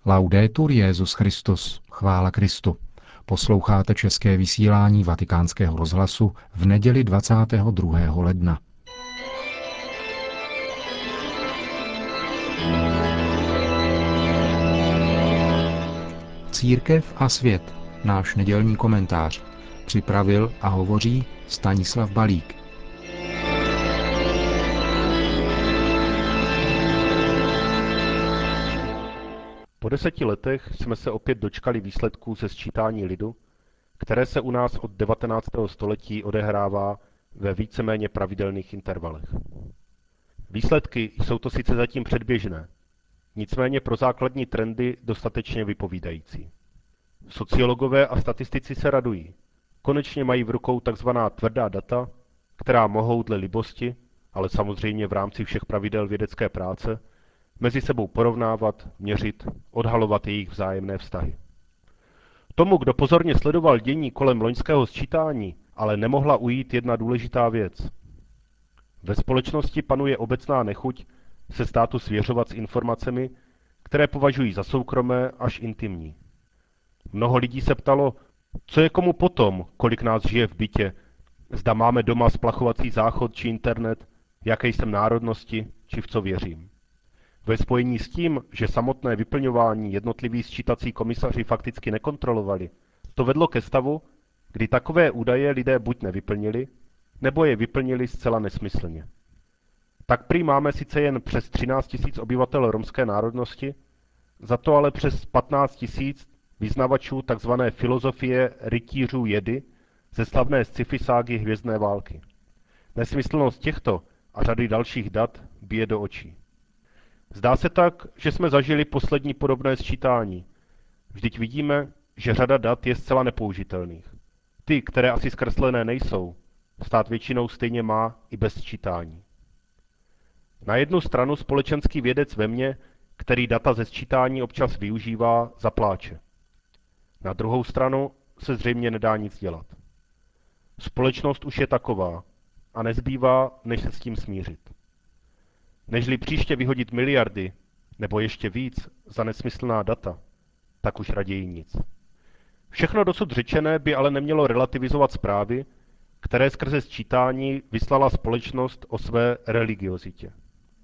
Laudetur Jesus Christus, chvála Kristu. Posloucháte české vysílání Vatikánského rozhlasu v neděli 22. ledna. Církev a svět, náš nedělní komentář. Připravil a hovoří Stanislav Balík. Po 10 letech jsme se opět dočkali výsledků ze sčítání lidu, které se u nás od 19. století odehrává ve víceméně pravidelných intervalech. Výsledky jsou to sice zatím předběžné, nicméně pro základní trendy dostatečně vypovídající. Sociologové a statistici se radují. Konečně mají v rukou takzvaná tvrdá data, která mohou dle libosti, ale samozřejmě v rámci všech pravidel vědecké práce, mezi sebou porovnávat, měřit, odhalovat jejich vzájemné vztahy. Tomu, kdo pozorně sledoval dění kolem loňského sčítání, ale nemohla ujít jedna důležitá věc. Ve společnosti panuje obecná nechuť se státu svěřovat s informacemi, které považují za soukromé až intimní. Mnoho lidí se ptalo, co je komu potom, kolik nás žije v bytě, zda máme doma splachovací záchod či internet, jaké jsem národnosti, či v co věřím. Ve spojení s tím, že samotné vyplňování jednotliví sčítací komisaři fakticky nekontrolovali, to vedlo ke stavu, kdy takové údaje lidé buď nevyplnili, nebo je vyplnili zcela nesmyslně. Tak prý máme sice jen přes 13 000 obyvatel romské národnosti, za to ale přes 15 000 vyznavačů tzv. Filozofie rytířů jedy ze slavné sci-fi ságy Hvězdné války. Nesmyslnost těchto a řady dalších dat bije do očí. Zdá se tak, že jsme zažili poslední podobné sčítání. Vždyť vidíme, že řada dat je zcela nepoužitelných. Ty, které asi zkreslené nejsou, stát většinou stejně má i bez sčítání. Na jednu stranu společenský vědec ve mně, který data ze sčítání občas využívá, zapláče. Na druhou stranu se zřejmě nedá nic dělat. Společnost už je taková a nezbývá, než se s tím smířit. Nežli příště vyhodit miliardy, nebo ještě víc, za nesmyslná data, tak už raději nic. Všechno dosud řečené by ale nemělo relativizovat zprávy, které skrze sčítání vyslala společnost o své religiozitě.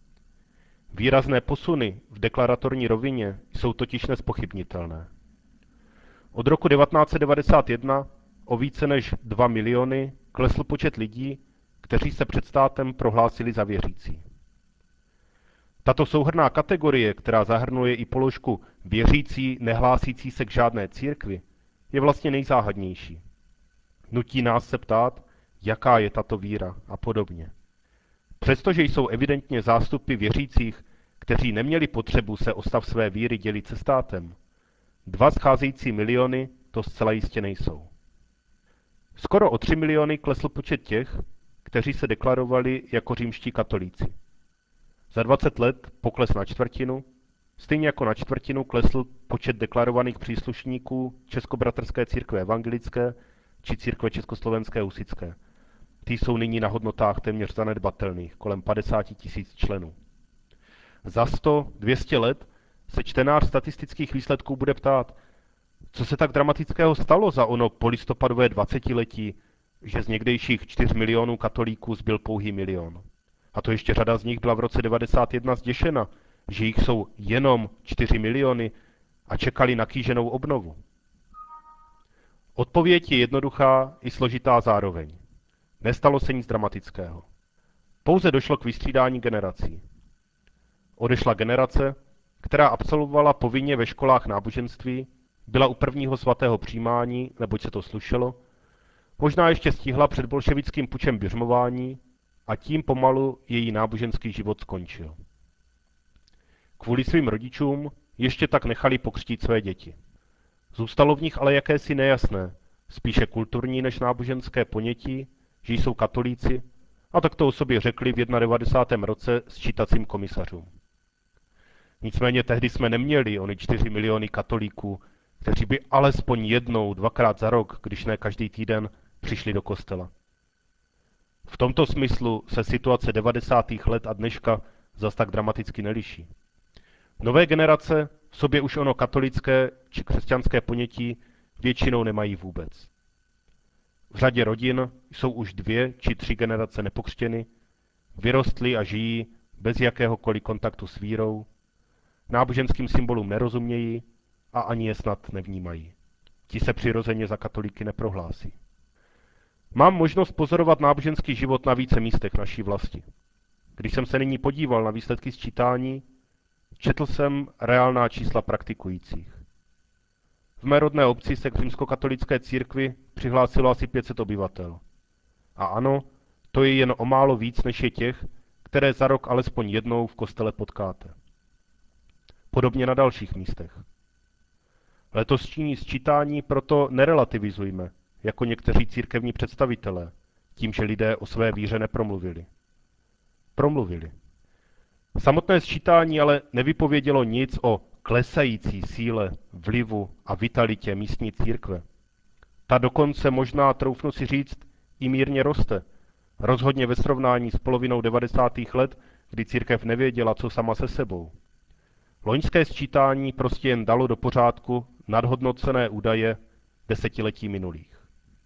Výrazné posuny v deklaratorní rovině jsou totiž nezpochybnitelné. Od roku 1991 o více než 2 miliony klesl počet lidí, kteří se před státem prohlásili za věřící. Tato souhrnná kategorie, která zahrnuje i položku věřící, nehlásící se k žádné církvi, je vlastně nejzáhadnější. Nutí nás se ptát, jaká je tato víra a podobně. Přestože jsou evidentně zástupy věřících, kteří neměli potřebu se o stav své víry dělit se státem, 2 scházející miliony to zcela jistě nejsou. Skoro o 3 miliony klesl počet těch, kteří se deklarovali jako římští katolíci. Za 20 let pokles na čtvrtinu, stejně jako na čtvrtinu klesl počet deklarovaných příslušníků Českobratrské církve evangelické či církve Československé husitské. Ty jsou nyní na hodnotách téměř zanedbatelných, kolem 50 000 členů. Za 100-200 let se čtenář statistických výsledků bude ptát, co se tak dramatického stalo za ono polistopadové 20letí, že z někdejších 4 milionů katolíků zbyl pouhý milion. A to ještě řada z nich byla v roce 1991 zděšena, že jich jsou jenom 4 miliony a čekali na kýženou obnovu. Odpověď je jednoduchá i složitá zároveň. Nestalo se nic dramatického. Pouze došlo k vystřídání generací. Odešla generace, která absolvovala povinně ve školách náboženství, byla u prvního svatého přijímání, neboť se to slušelo, možná ještě stihla před bolševickým pučem běžmování a tím pomalu její náboženský život skončil. Kvůli svým rodičům ještě tak nechali pokřtít své děti. Zůstalo v nich ale jakési nejasné, spíše kulturní než náboženské ponětí, že jsou katolíci, a tak to o sobě řekli v 91. roce sčítacím komisařům. Nicméně tehdy jsme neměli ony 4 miliony katolíků, kteří by alespoň jednou, 2krát za rok, když ne každý týden, přišli do kostela. V tomto smyslu se situace 90. let a dneška zas tak dramaticky neliší. Nové generace v sobě už ono katolické či křesťanské ponětí většinou nemají vůbec. V řadě rodin jsou už 2 či 3 generace nepokřtěny, vyrostly a žijí bez jakéhokoliv kontaktu s vírou, náboženským symbolům nerozumějí a ani je snad nevnímají. Ti se přirozeně za katolíky neprohlásí. Mám možnost pozorovat náboženský život na více místech naší vlasti. Když jsem se nyní podíval na výsledky sčítání, četl jsem reálná čísla praktikujících. V mé rodné obci se k římskokatolické církvi přihlásilo asi 500 obyvatel. A ano, to je jen o málo víc než je těch, které za rok alespoň jednou v kostele potkáte. Podobně na dalších místech. Letošní sčítání proto nerelativizujme, jako někteří církevní představitelé, tím, že lidé o své víře nepromluvili. Promluvili. Samotné sčítání ale nevypovědělo nic o klesající síle, vlivu a vitalitě místní církve. Ta dokonce možná, troufnu si říct, i mírně roste. Rozhodně ve srovnání s polovinou 90. let, kdy církev nevěděla, co sama se sebou. Loňské sčítání prostě jen dalo do pořádku nadhodnocené údaje desetiletí minulých.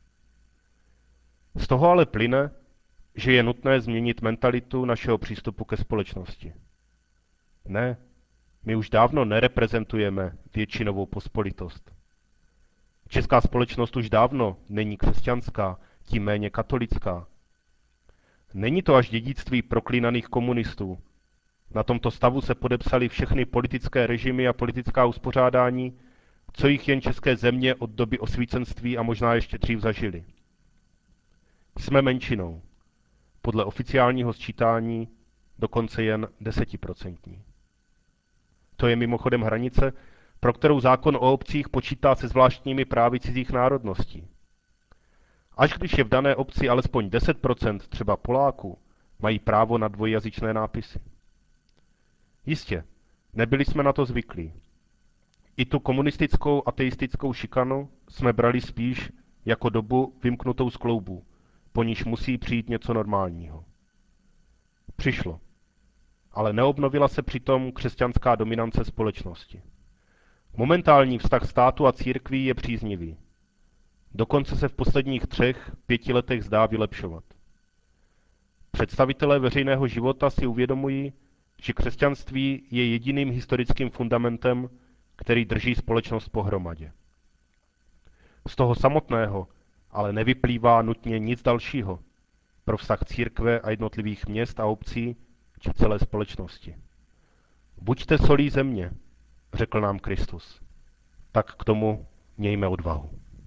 Z toho ale plyne, že je nutné změnit mentalitu našeho přístupu ke společnosti. Ne, my už dávno nereprezentujeme většinovou pospolitost. Česká společnost už dávno není křesťanská, tím méně katolická. Není to až dědictví proklínaných komunistů. Na tomto stavu se podepsaly všechny politické režimy a politická uspořádání, co jich jen české země od doby osvícenství a možná ještě dřív zažili. Jsme menšinou. Podle oficiálního sčítání dokonce jen 10%. To je mimochodem hranice, pro kterou zákon o obcích počítá se zvláštními právy cizích národností. Až když je v dané obci alespoň 10% třeba Poláků, mají právo na dvojjazyčné nápisy. Jistě, nebyli jsme na to zvyklí. I tu komunistickou ateistickou šikanu jsme brali spíš jako dobu vymknutou z kloubů, po níž musí přijít něco normálního. Přišlo. Ale neobnovila se přitom křesťanská dominance společnosti. Momentální vztah státu a církví je příznivý. Dokonce se v posledních 3-5 letech zdá vylepšovat. Představitelé veřejného života si uvědomují, že křesťanství je jediným historickým fundamentem, který drží společnost pohromadě. Z toho samotného ale nevyplývá nutně nic dalšího pro vztah církve a jednotlivých měst a obcí či celé společnosti. Buďte solí země, řekl nám Kristus. Tak k tomu mějme odvahu.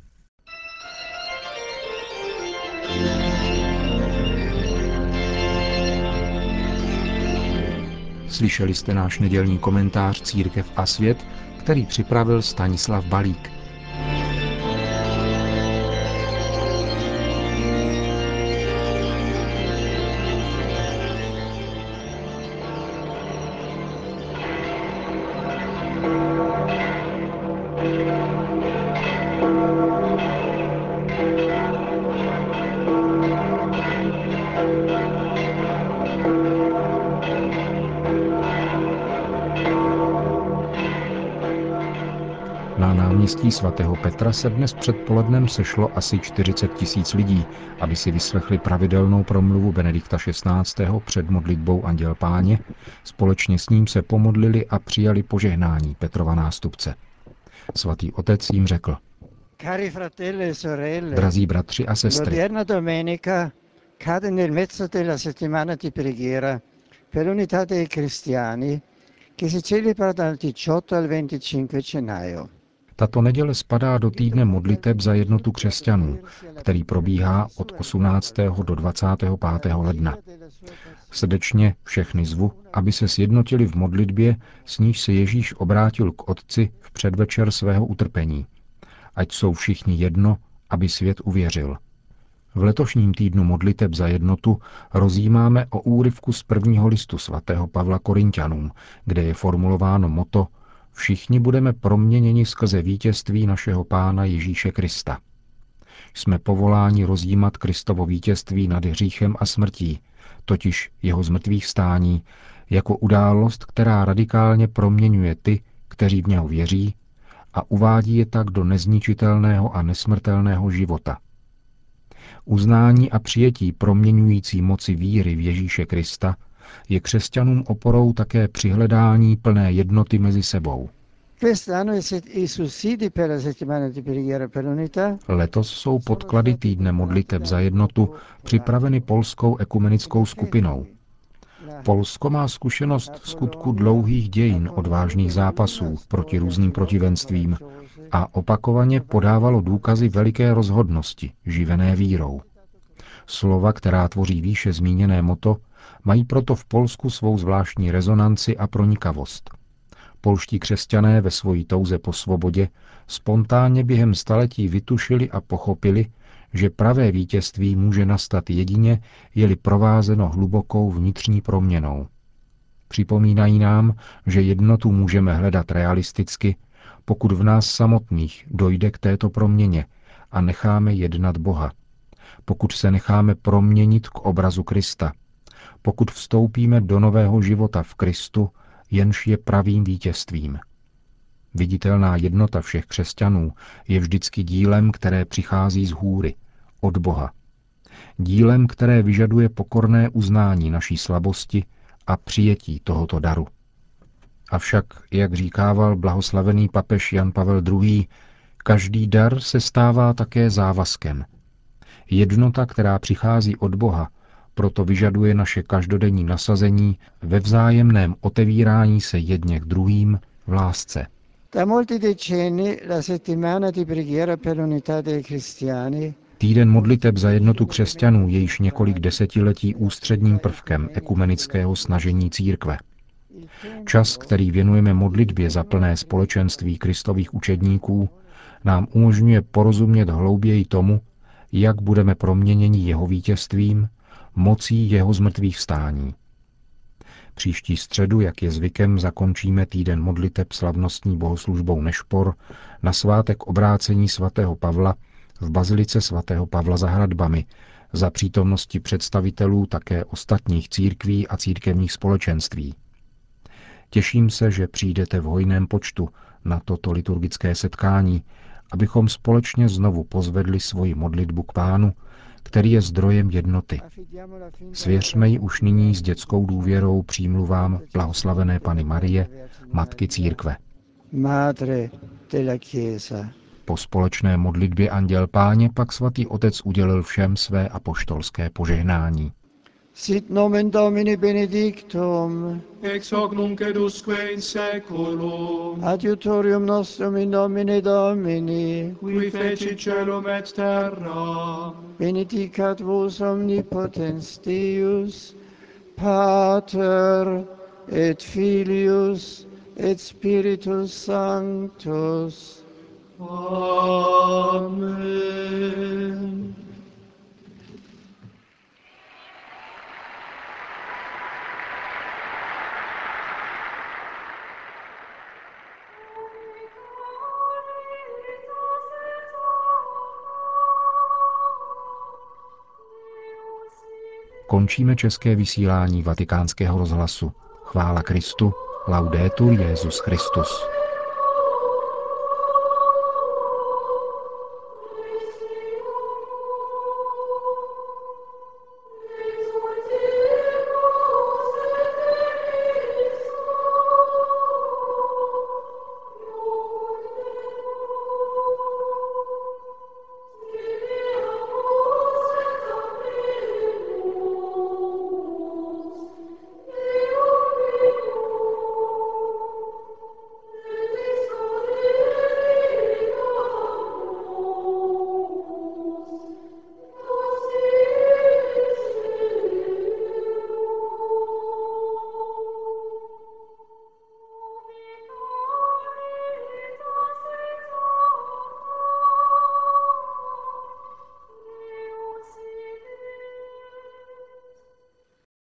Slyšeli jste náš nedělní komentář Církev a svět, který připravil Stanislav Balík. Na náměstí svatého Petra se dnes předpolednem sešlo asi 40 000 lidí, aby si vyslechli pravidelnou promluvu Benedikta XVI. Před modlitbou Anděl Páně. Společně s ním se pomodlili a přijali požehnání Petrova nástupce. Svatý otec jim řekl: Cari fratelli e sorelle, Drazí bratři a sestry, l'odierna domenica cade nel mezzo della settimana di preghiera per l'unità dei cristiani che si celebra dal 18 al 25 gennaio. tato neděle spadá do týdne modliteb za jednotu křesťanů, který probíhá od 18. do 25. ledna. Srdečně všechny zvu, aby se sjednotili v modlitbě, s níž se Ježíš obrátil k Otci v předvečer svého utrpení. Ať jsou všichni jedno, aby svět uvěřil. V letošním týdnu modliteb za jednotu rozjímáme o úryvku z prvního listu svatého Pavla Korinťanům, kde je formulováno motto: Všichni budeme proměněni skrze vítězství našeho Pána Ježíše Krista. Jsme povoláni rozjímat Kristovo vítězství nad hříchem a smrtí, totiž jeho zmrtvýchvstání, jako událost, která radikálně proměňuje ty, kteří v něho věří, a uvádí je tak do nezničitelného a nesmrtelného života. Uznání a přijetí proměňující moci víry v Ježíše Krista je křesťanům oporou také při hledání plné jednoty mezi sebou. Letos jsou podklady týdne modliteb za jednotu připraveny polskou ekumenickou skupinou. Polsko má zkušenost v skutku dlouhých dějin odvážných zápasů proti různým protivenstvím a opakovaně podávalo důkazy veliké rozhodnosti, živené vírou. Slova, která tvoří výše zmíněné motto, mají proto v Polsku svou zvláštní rezonanci a pronikavost. Polští křesťané ve svojí touze po svobodě spontánně během staletí vytušili a pochopili, že pravé vítězství může nastat jedině, je-li provázeno hlubokou vnitřní proměnou. Připomínají nám, že jednotu můžeme hledat realisticky, pokud v nás samotných dojde k této proměně a necháme jednat Boha, pokud se necháme proměnit k obrazu Krista, pokud vstoupíme do nového života v Kristu, jenž je pravým vítězstvím. Viditelná jednota všech křesťanů je vždycky dílem, které přichází z hůry, od Boha. Dílem, které vyžaduje pokorné uznání naší slabosti a přijetí tohoto daru. Avšak, jak říkával blahoslavený papež Jan Pavel II., každý dar se stává také závazkem. Jednota, která přichází od Boha, proto vyžaduje naše každodenní nasazení ve vzájemném otevírání se jedně k druhým v lásce. Týden modliteb za jednotu křesťanů je již několik desetiletí ústředním prvkem ekumenického snažení církve. Čas, který věnujeme modlitbě za plné společenství Kristových učedníků, nám umožňuje porozumět hlouběji tomu, jak budeme proměněni jeho vítězstvím, mocí jeho zmrtvýchvstání. Příští středu, jak je zvykem, zakončíme týden modliteb slavnostní bohoslužbou Nešpor na svátek obrácení svatého Pavla v bazilice svatého Pavla za hradbami, za přítomnosti představitelů také ostatních církví a církevních společenství. Těším se, že přijdete v hojném počtu na toto liturgické setkání, abychom společně znovu pozvedli svoji modlitbu k Pánu, který je zdrojem jednoty. Svěřme ji už nyní s dětskou důvěrou přímluvám blahoslavené Panny Marie, Matky Církve. Po společné modlitbě Anděl Páně pak svatý otec udělil všem své apoštolské požehnání. Sit nomen Domini benedictum, ex hoc nunc et usque in saeculum, adiutorium nostrum in nomine Domini, qui feci caelum et terra, benedicat vos omnipotens Deus, Pater et Filius et Spiritus Sanctus. Amen. Končíme české vysílání Vatikánského rozhlasu. Chvála Kristu, laudetur Jesus Christus.